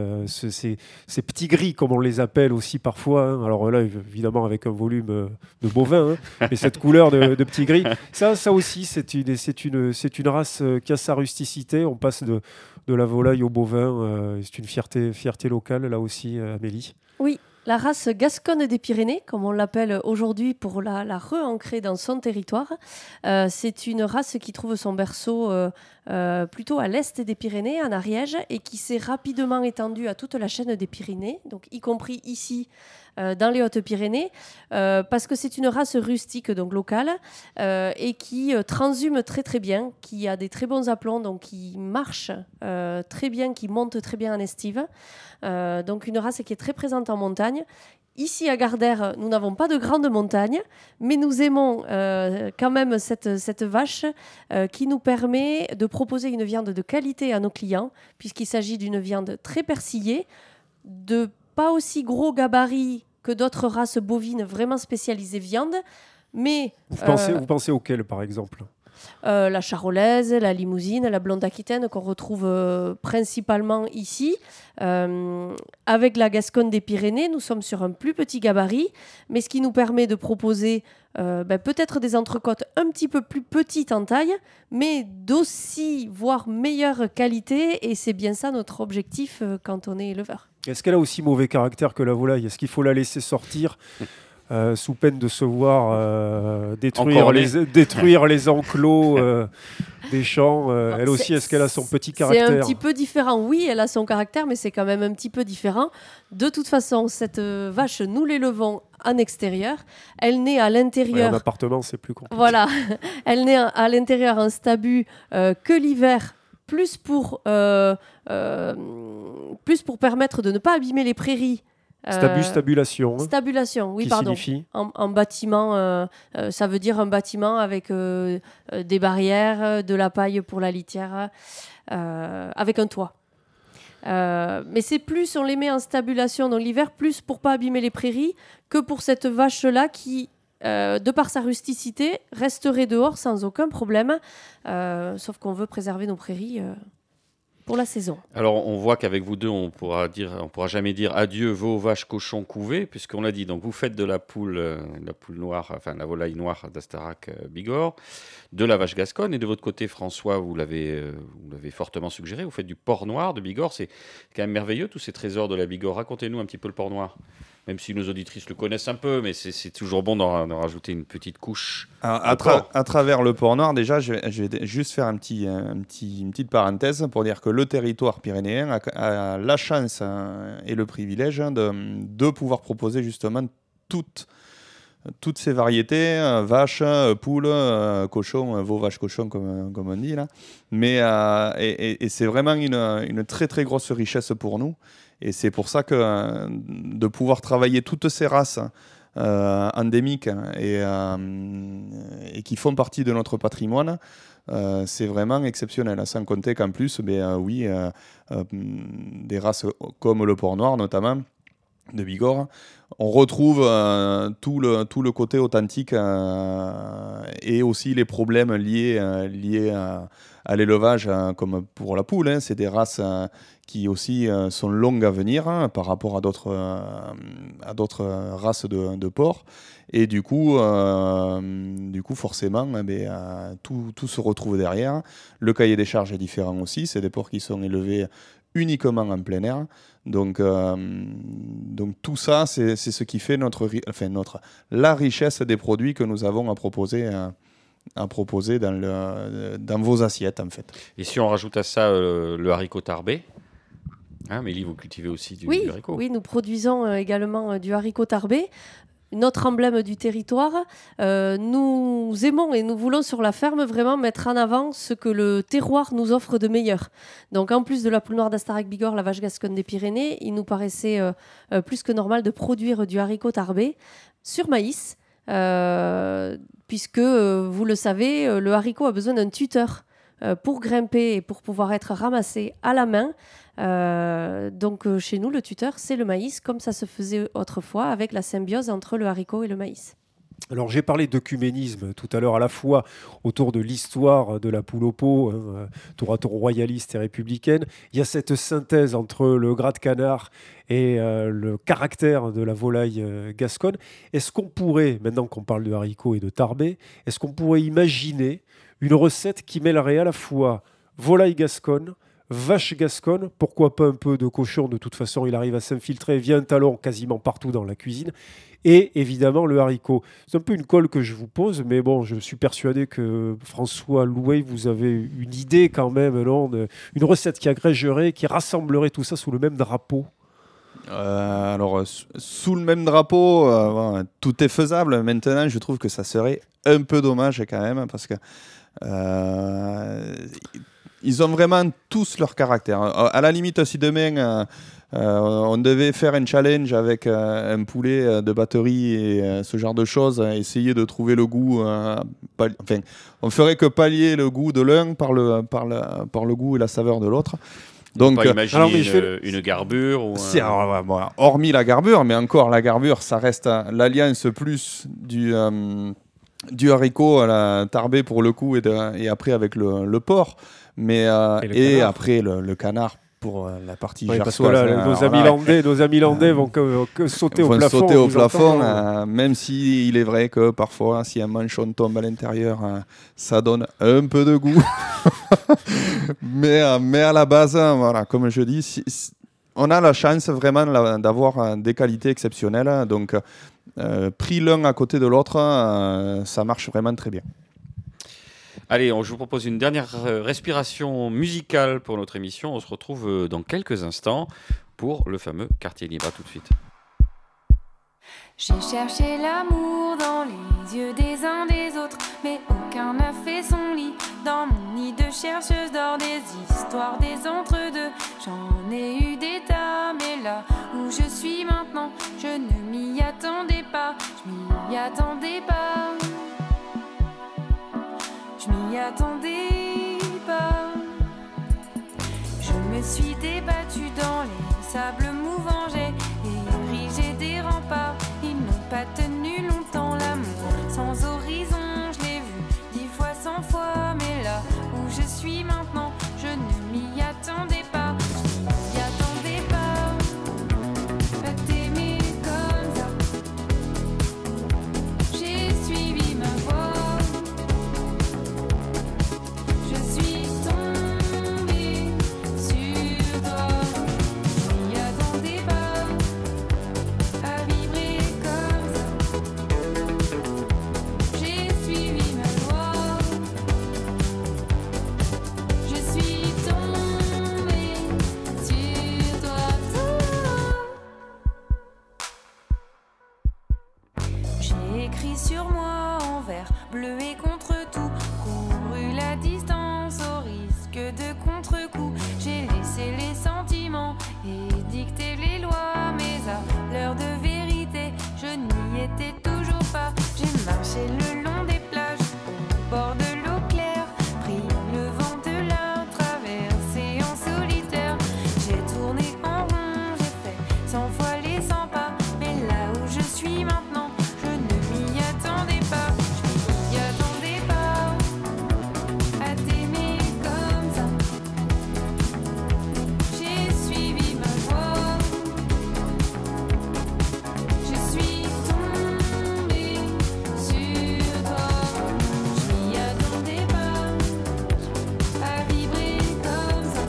ces petits gris, comme on les appelle aussi parfois. Alors là, évidemment, avec un volume de bovin, mais cette couleur de petits gris, ça aussi, c'est une race qui a sa rusticité. On passe de la volaille au bovin. C'est une fierté locale, là aussi, Amélie. Oui. La race gasconne des Pyrénées, comme on l'appelle aujourd'hui pour la re-ancrer dans son territoire, c'est une race qui trouve son berceau plutôt à l'est des Pyrénées, en Ariège, et qui s'est rapidement étendue à toute la chaîne des Pyrénées, donc y compris ici dans les Hautes-Pyrénées, parce que c'est une race rustique, donc locale, et qui transhume très très bien, qui a des très bons aplombs, donc qui marche très bien, qui monte très bien en estive. Donc une race qui est très présente en montagne. Ici à Gardères, nous n'avons pas de grandes montagnes, mais nous aimons quand même cette vache qui nous permet de proposer une viande de qualité à nos clients, puisqu'il s'agit d'une viande très persillée, de pas aussi gros gabarit que d'autres races bovines vraiment spécialisées viande. Mais, vous pensez auquel, par exemple ? La charolaise, la limousine, la blonde aquitaine qu'on retrouve principalement ici. Avec la gasconne des Pyrénées, nous sommes sur un plus petit gabarit, mais ce qui nous permet de proposer peut-être des entrecôtes un petit peu plus petites en taille, mais d'aussi, voire meilleure qualité, et c'est bien ça notre objectif quand on est éleveur. Est-ce qu'elle a aussi mauvais caractère que la volaille ? Est-ce qu'il faut la laisser sortir sous peine de se voir détruire les enclos des champs. Elle aussi, est-ce qu'elle a son petit caractère ? C'est un petit peu différent. Oui, elle a son caractère, mais c'est quand même un petit peu différent. De toute façon, cette vache, nous l'élevons en extérieur. Elle naît à l'intérieur. En appartement, c'est plus compliqué. Voilà. Elle naît à l'intérieur en stabu que l'hiver, plus pour permettre de ne pas abîmer les prairies. Stabulation. Stabulation, oui, qui pardon. signifie En bâtiment, ça veut dire un bâtiment avec des barrières, de la paille pour la litière, avec un toit. Mais c'est plus, on les met en stabulation dans l'hiver, plus pour pas abîmer les prairies que pour cette vache-là qui, de par sa rusticité, resterait dehors sans aucun problème. Sauf qu'on veut préserver nos prairies pour la saison. Alors, on voit qu'avec vous deux, on pourra jamais dire adieu veaux, vaches, cochons, couvés, puisqu'on l'a dit. Donc, vous faites de la poule noire, enfin la volaille noire d'Astarac Bigorre, de la vache gasconne, et de votre côté, François, vous l'avez fortement suggéré, vous faites du porc noir de Bigorre. C'est quand même merveilleux, tous ces trésors de la Bigorre. Racontez-nous un petit peu le porc noir. Même si nos auditrices le connaissent un peu, mais c'est toujours bon d'en rajouter une petite couche. À travers le porc noir, déjà, je vais juste faire une petite parenthèse pour dire que le territoire pyrénéen a la chance et le privilège de pouvoir proposer justement toutes ces variétés, vaches, poules, cochons, veaux, vaches, cochons, comme on dit là. Mais et c'est vraiment une très très grosse richesse pour nous. Et c'est pour ça que de pouvoir travailler toutes ces races endémiques et qui font partie de notre patrimoine, c'est vraiment exceptionnel. Sans compter qu'en plus, des races comme le porc noir notamment, de Bigorre, on retrouve tout le côté authentique et aussi les problèmes liés à l'élevage, comme pour la poule. C'est des races qui aussi sont longues à venir par rapport à d'autres races de porcs. Et du coup forcément, tout se retrouve derrière. Le cahier des charges est différent aussi. C'est des porcs qui sont élevés uniquement en plein air. Donc tout ça, c'est ce qui fait la richesse des produits que nous avons à proposer dans vos assiettes, en fait. Et si on rajoute à ça le haricot tarbé, Mélie, vous cultivez aussi du haricot. Oui, nous produisons également du haricot tarbé. Notre emblème du territoire, nous aimons et nous voulons sur la ferme vraiment mettre en avant ce que le terroir nous offre de meilleur. Donc en plus de la poule noire d'Astarac Bigorre, la vache gasconne des Pyrénées, il nous paraissait plus que normal de produire du haricot tarbé sur maïs, puisque vous le savez, le haricot a besoin d'un tuteur pour grimper et pour pouvoir être ramassé à la main. Donc chez nous, le tuteur, c'est le maïs, comme ça se faisait autrefois avec la symbiose entre le haricot et le maïs. Alors j'ai parlé d'œcuménisme tout à l'heure, à la fois autour de l'histoire de la poule au pot, tour à tour royaliste et républicaine. Il y a cette synthèse entre le gras de canard et le caractère de la volaille gasconne. Est-ce qu'on pourrait, maintenant qu'on parle de haricots et de tarbé, est-ce qu'on pourrait imaginer une recette qui mêlerait à la fois volaille gasconne, vache gasconne, pourquoi pas un peu de cochon, de toute façon il arrive à s'infiltrer via un talon quasiment partout dans la cuisine, et évidemment le haricot. C'est un peu une colle que je vous pose, mais bon, je suis persuadé que François Louet, vous avez une idée quand même, non, une recette qui agrégerait, qui rassemblerait tout ça sous le même drapeau. Alors, sous le même drapeau, tout est faisable. Maintenant, je trouve que ça serait un peu dommage quand même, parce que ils ont vraiment tous leur caractère. À la limite, si demain on devait faire un challenge avec un poulet de batterie et ce genre de choses, essayer de trouver le goût, on ferait que pallier le goût de l'un par le goût et la saveur de l'autre. Donc, pas imaginer une garbure ou hormis la garbure, mais encore la garbure, ça reste l'alliance plus du haricot à la tarbé pour le coup et après avec le porc, mais et après le canard pour la partie gersoise. Parce que là, nos amis landais vont que sauter au plafond. Sauter au plafond, même si il est vrai que parfois, si un manchon tombe à l'intérieur, ça donne un peu de goût. mais à la base, voilà, comme je dis, on a la chance vraiment d'avoir des qualités exceptionnelles. Donc, pris l'un à côté de l'autre, ça marche vraiment très bien. Allez, je vous propose une dernière respiration musicale pour notre émission. On se retrouve dans quelques instants pour le fameux Quartier Libre. À tout de suite. J'ai cherché l'amour dans les yeux des uns des autres, mais aucun n'a fait son lit dans mon nid de chercheuse d'or, des histoires, des entre-deux. J'en ai eu des tas, mais là où je suis maintenant, je ne m'y attendais pas. Je m'y attendais pas. Je m'y attendais pas. Je me suis débattue dans les sables mouvants. J'ai érigé des remparts. Ils n'ont pas tenu longtemps. L'amour sans horizon, je l'ai vu 10 fois, 100 fois. Mais là où je suis maintenant, je ne m'y attendais pas. Je m'y attendais pas à t'aimer comme ça. J'ai suivi ma voie. Je suis tombée sur toi. Je m'y attendais pas à vibrer comme ça. J'ai suivi ma voie. Je suis tombée sur toi. J'ai écrit sur moi en vert bleu et contre tout, couru la distance au risque de contre-coup. J'ai laissé les sentiments et dicté les lois, mais à l'heure de vérité, je n'y étais toujours pas. J'ai marché le long des plages, au bord de l'eau claire, pris le vent de la traversée en solitaire. J'ai tourné en rond, j'ai fait 100 fois les 100 pas, mais là où je suis maintenant, je ne m'y attendais pas. Je m'y attendais pas à t'aimer comme ça. J'ai suivi ma voie. Je suis tombée sur toi. Je m'y attendais pas à vibrer comme ça.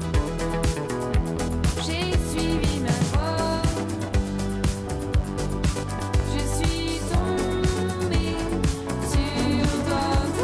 J'ai suivi ma voie. Je suis tombée sur toi.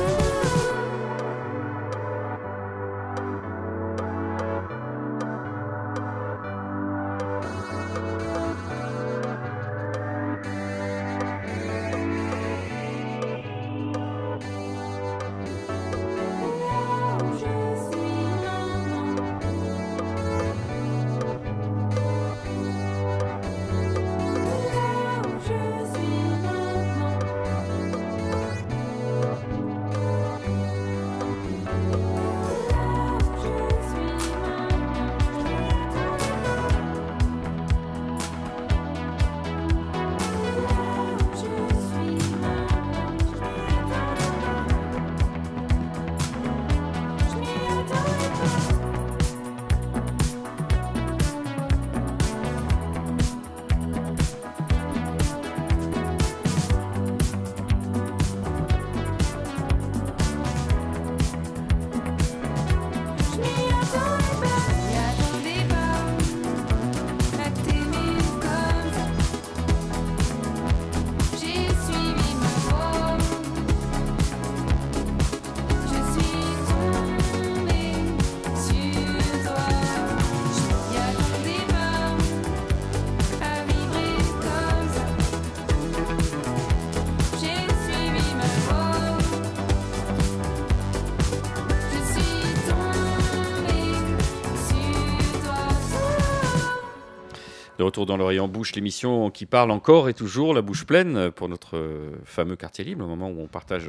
De retour dans l'Orient Bouche, l'émission qui parle encore et toujours la bouche pleine pour notre fameux quartier libre, le moment où on partage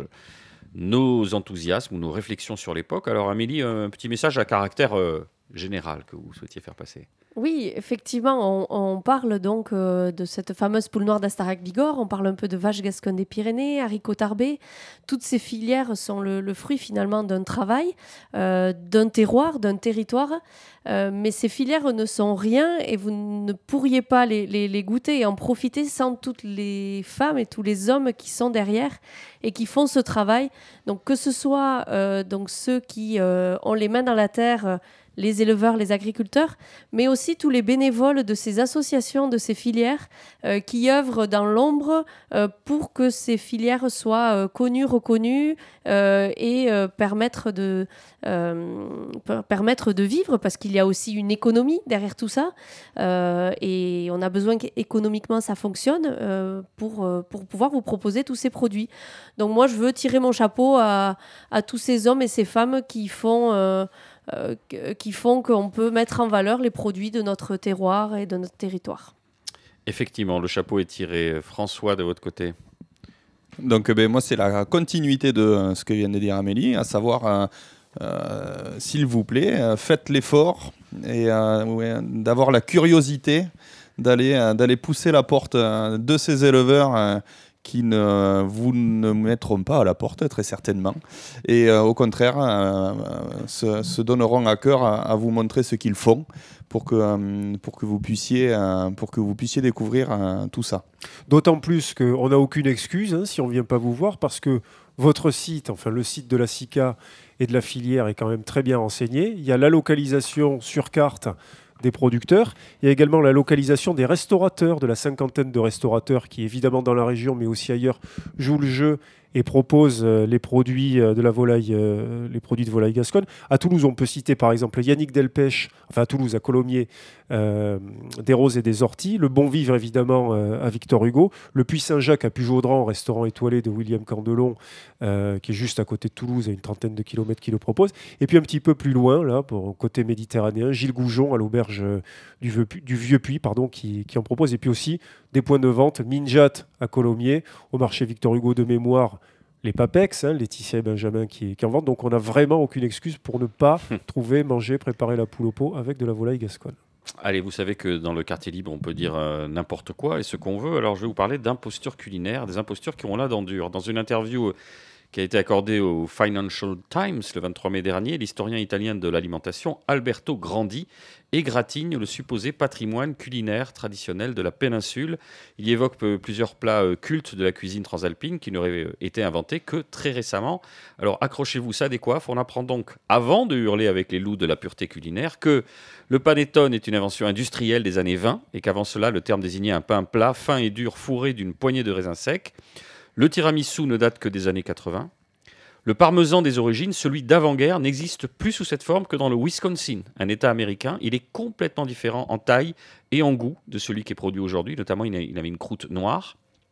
nos enthousiasmes ou nos réflexions sur l'époque. Alors Amélie, un petit message à caractère général que vous souhaitiez faire passer. Oui, effectivement, on parle donc de cette fameuse poule noire d'Astarac-Bigorre, on parle un peu de vache gasconne des Pyrénées, haricots tarbés. Toutes ces filières sont le fruit finalement d'un travail, d'un terroir, d'un territoire, mais ces filières ne sont rien et vous ne pourriez pas les goûter et en profiter sans toutes les femmes et tous les hommes qui sont derrière et qui font ce travail. Donc que ce soit donc ceux qui ont les mains dans la terre, les éleveurs, les agriculteurs, mais aussi aussi tous les bénévoles de ces associations, de ces filières qui œuvrent dans l'ombre pour que ces filières soient connues, reconnues et permettre de vivre, parce qu'il y a aussi une économie derrière tout ça et on a besoin qu'économiquement ça fonctionne pour pouvoir vous proposer tous ces produits. Donc moi je veux tirer mon chapeau à tous ces hommes et ces femmes qui font qu'on peut mettre en valeur les produits de notre terroir et de notre territoire. Effectivement, le chapeau est tiré. François, de votre côté? Donc moi, c'est la continuité de ce que vient de dire Amélie, à savoir, s'il vous plaît, faites l'effort et d'avoir la curiosité d'aller pousser la porte de ces éleveurs qui ne vous ne mettront pas à la porte, très certainement, et au contraire se donneront à cœur à vous montrer ce qu'ils font pour que vous puissiez découvrir tout ça. D'autant plus qu'on n'a aucune excuse si on ne vient pas vous voir, parce que votre site, enfin le site de la SICA et de la filière est quand même très bien renseigné. Il y a la localisation sur carte des producteurs. Il y a également la localisation des restaurateurs, de la cinquantaine de restaurateurs qui, évidemment dans la région, mais aussi ailleurs, jouent le jeu et proposent les produits de la volaille, les produits de volaille gasconne. À Toulouse, on peut citer par exemple Yannick Delpech, enfin à Toulouse, à Colomiers, des roses et des orties. Le Bon Vivre, évidemment, à Victor Hugo. Le Puy Saint-Jacques à Pujaudran, restaurant étoilé de William Candelon, qui est juste à côté de Toulouse, à une trentaine de kilomètres, qui le propose. Et puis un petit peu plus loin, là, pour côté méditerranéen, Gilles Goujon à l'auberge du Vieux Puy, qui en propose. Et puis aussi des points de vente, Minjat à Colomiers, au marché Victor Hugo de mémoire, les Papex, Laetitia et Benjamin qui en vendent. Donc on n'a vraiment aucune excuse pour ne pas trouver, manger, préparer la poule au pot avec de la volaille gasconne. Allez, vous savez que dans le quartier libre, on peut dire n'importe quoi et ce qu'on veut. Alors je vais vous parler d'impostures culinaires, des impostures qui ont la dent dure. Dans une interview qui a été accordée au Financial Times le 23 mai dernier, l'historien italien de l'alimentation Alberto Grandi égratigne le supposé patrimoine culinaire traditionnel de la péninsule. Il y évoque plusieurs plats cultes de la cuisine transalpine qui n'auraient été inventés que très récemment. Alors accrochez-vous, ça décoiffe. On apprend donc, avant de hurler avec les loups de la pureté culinaire, que le panettone est une invention industrielle des années 20 et qu'avant cela, le terme désignait un pain plat, fin et dur, fourré d'une poignée de raisins secs. Le tiramisu ne date que des années 80. Le parmesan des origines, celui d'avant-guerre, n'existe plus sous cette forme que dans le Wisconsin, un État américain. Il est complètement différent en taille et en goût de celui qui est produit aujourd'hui. Notamment, il avait une croûte noire.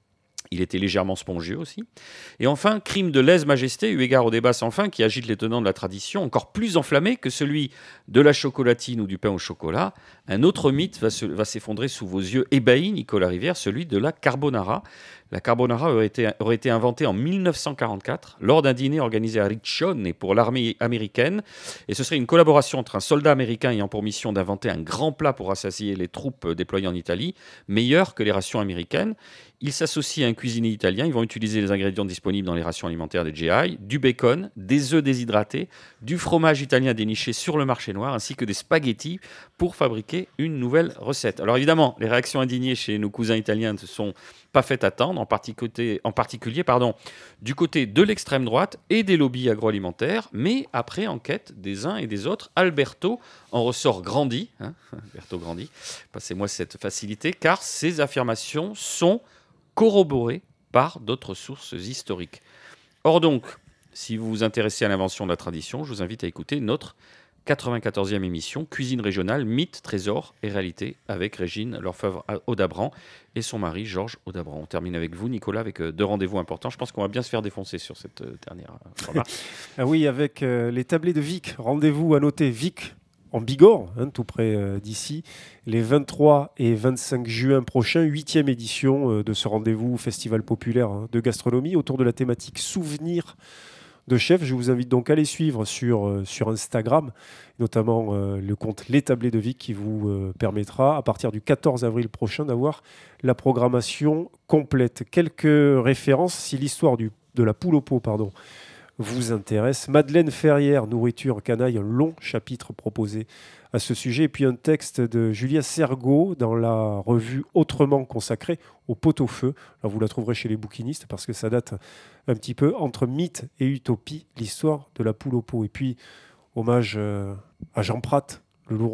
Il était légèrement spongieux aussi. Et enfin, crime de lèse-majesté, eu égard au débat sans fin qui agite les tenants de la tradition, encore plus enflammé que celui de la chocolatine ou du pain au chocolat. Un autre mythe va s'effondrer sous vos yeux ébahis, Nicolas Rivière, celui de la carbonara. La carbonara aurait été inventée en 1944 lors d'un dîner organisé à Riccione pour l'armée américaine. Et ce serait une collaboration entre un soldat américain ayant pour mission d'inventer un grand plat pour rassasier les troupes déployées en Italie, meilleur que les rations américaines. Ils s'associent à un cuisinier italien. Ils vont utiliser les ingrédients disponibles dans les rations alimentaires des GI, du bacon, des œufs déshydratés, du fromage italien déniché sur le marché noir, ainsi que des spaghettis pour fabriquer une nouvelle recette. Alors évidemment, les réactions indignées chez nos cousins italiens ne se sont pas faites attendre, en particulier du côté de l'extrême droite et des lobbies agroalimentaires, mais après enquête des uns et des autres, Alberto en ressort grandi, Alberto Grandi, passez-moi cette facilité, car ces affirmations sont corroborées par d'autres sources historiques. Or donc, si vous vous intéressez à l'invention de la tradition, je vous invite à écouter notre 94e émission, Cuisine régionale, mythe, trésor et réalité, avec Régine Lorfeuvre-Audabran et son mari Georges Audabran. On termine avec vous, Nicolas, avec deux rendez-vous importants. Je pense qu'on va bien se faire défoncer sur cette dernière remarque. Ah oui, avec les tablés de Vic. Rendez-vous à noter Vic en Bigorre, tout près d'ici, les 23 et 25 juin prochains, 8e édition de ce rendez-vous festival populaire de gastronomie autour de la thématique souvenir de chef. Je vous invite donc à les suivre sur Instagram, notamment le compte Les Tablés de Vic qui vous permettra, à partir du 14 avril prochain, d'avoir la programmation complète. Quelques références, si l'histoire de la poule au pot, vous intéresse. Madeleine Ferrière, Nourriture canaille, un long chapitre proposé à ce sujet. Et puis un texte de Julia Sergaud dans la revue Autrement consacrée au pot-au-feu. Alors vous la trouverez chez les bouquinistes parce que ça date un petit peu entre mythe et utopie, l'histoire de la poule au pot. Et puis hommage à Jean Prat, le Lourdais,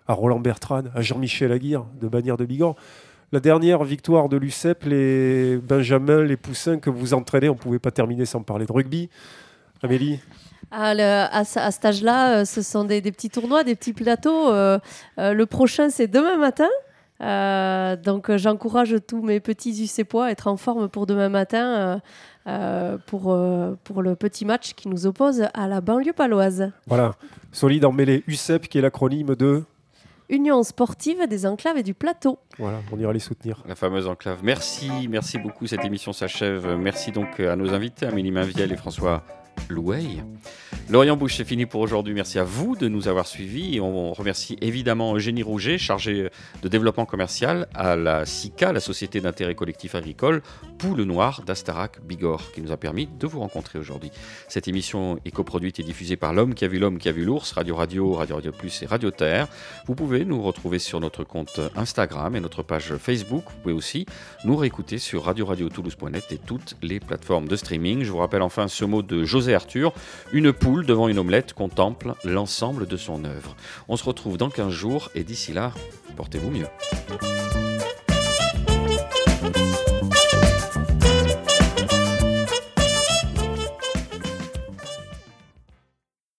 à Roland Bertrand, à Jean-Michel Aguirre de Bagnères de Bigorre. La dernière victoire de l'UCEP, les Benjamins, les Poussins que vous entraînez, on ne pouvait pas terminer sans parler de rugby. Amélie? À cet âge-là, ce sont des petits tournois, des petits plateaux. Le prochain, c'est demain matin. Donc, j'encourage tous mes petits UCPois à être en forme pour demain matin pour le petit match qui nous oppose à la banlieue paloise. Voilà, solide emmêlé. UCEP, qui est l'acronyme de... Union sportive des enclaves et du plateau. Voilà, on ira les soutenir. La fameuse enclave. Merci beaucoup. Cette émission s'achève. Merci donc à nos invités, Amélie Mainviel et François Louey. Lorient Bouche, c'est fini pour aujourd'hui. Merci à vous de nous avoir suivis. Et on remercie évidemment Eugénie Rouget, chargée de développement commercial à la SICA, la Société d'intérêt collectif agricole, Poule Noire d'Astarac Bigorre, qui nous a permis de vous rencontrer aujourd'hui. Cette émission est coproduite et diffusée par L'Homme qui a vu l'Homme qui a vu l'Ours, Radio Plus et Radio Terre. Vous pouvez nous retrouver sur notre compte Instagram et notre page Facebook. Vous pouvez aussi nous réécouter sur radiotoulouse.net et toutes les plateformes de streaming. Je vous rappelle enfin ce mot de José Arthur: une poule devant une omelette contemple l'ensemble de son œuvre. On se retrouve dans 15 jours et d'ici là, portez-vous mieux.